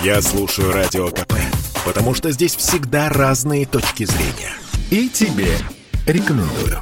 Я слушаю Радио КП, потому что здесь всегда разные точки зрения. И тебе рекомендую.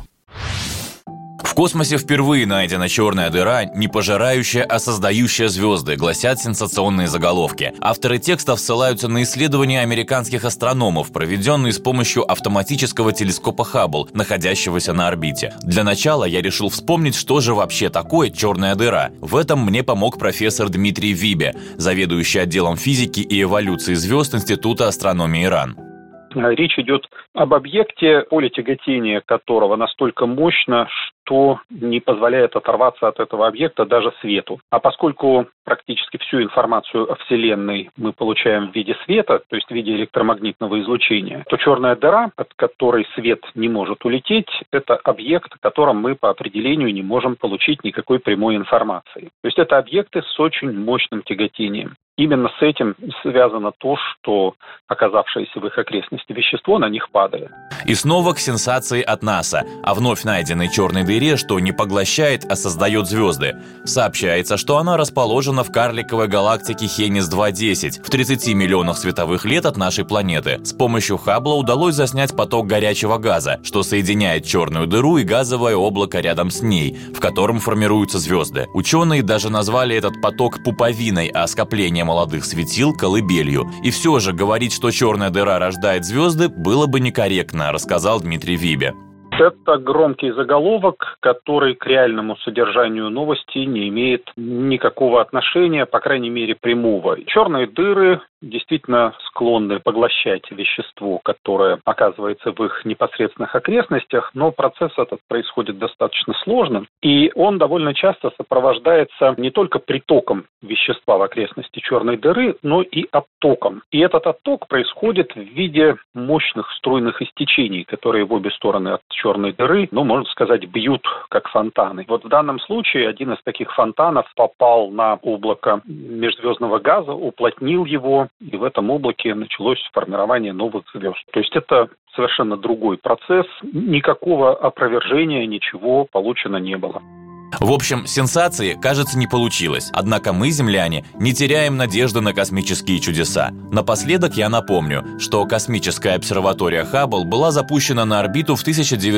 В космосе впервые найдена черная дыра, не пожирающая, а создающая звезды, гласят сенсационные заголовки. Авторы текстов ссылаются на исследования американских астрономов, проведенные с помощью автоматического телескопа Хаббл, находящегося на орбите. Для начала я решил вспомнить, что же вообще такое черная дыра. В этом мне помог профессор Дмитрий Вибе, заведующий отделом физики и эволюции звезд Института астрономии РАН. Речь идет об объекте, поле тяготения которого настолько мощно, что не позволяет оторваться от этого объекта даже свету. А поскольку практически всю информацию о Вселенной мы получаем в виде света, то есть в виде электромагнитного излучения, то черная дыра, от которой свет не может улететь, это объект, о котором мы по определению не можем получить никакой прямой информации. То есть это объекты с очень мощным тяготением. Именно с этим связано то, что оказавшееся в их окрестности вещество на них падает. И снова к сенсации от НАСА о вновь найденной черной дыре, что не поглощает, а создает звезды. Сообщается, что она расположена в карликовой галактике Хенис-2.10 в 30 миллионах световых лет от нашей планеты. С помощью Хаббла удалось заснять поток горячего газа, что соединяет черную дыру и газовое облако рядом с ней, в котором формируются звезды. Ученые даже назвали этот поток пуповиной, а скопление молодых светил – колыбелью. И все же говорить, что черная дыра рождает звезды, было бы некорректно, рассказал Дмитрий Вибе. Это громкий заголовок, который к реальному содержанию новости не имеет никакого отношения, по крайней мере, прямого. Черные дыры действительно склонны поглощать вещество, которое оказывается в их непосредственных окрестностях, но процесс этот происходит достаточно сложно, и он довольно часто сопровождается не только притоком вещества в окрестности черной дыры, но и оттоком. И этот отток происходит в виде мощных струйных истечений, которые в обе стороны от черной дыры, можно сказать, бьют как фонтаны. Вот в данном случае один из таких фонтанов попал на облако межзвездного газа, уплотнил его, и в этом облаке началось формирование новых звезд. То есть это совершенно другой процесс, никакого опровержения, ничего получено не было. В общем, сенсации, кажется, не получилось. Однако мы, земляне, не теряем надежды на космические чудеса. Напоследок я напомню, что космическая обсерватория Хаббл была запущена на орбиту в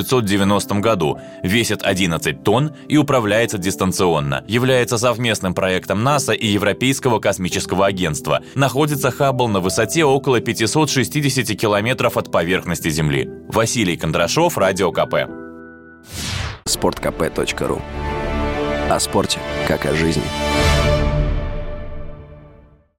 1990 году, весит 11 тонн и управляется дистанционно. Является совместным проектом НАСА и Европейского космического агентства. Находится Хаббл на высоте около 560 километров от поверхности Земли. Василий Кондрашов, Радио КП. Sportkp.ru. О спорте, как о жизни.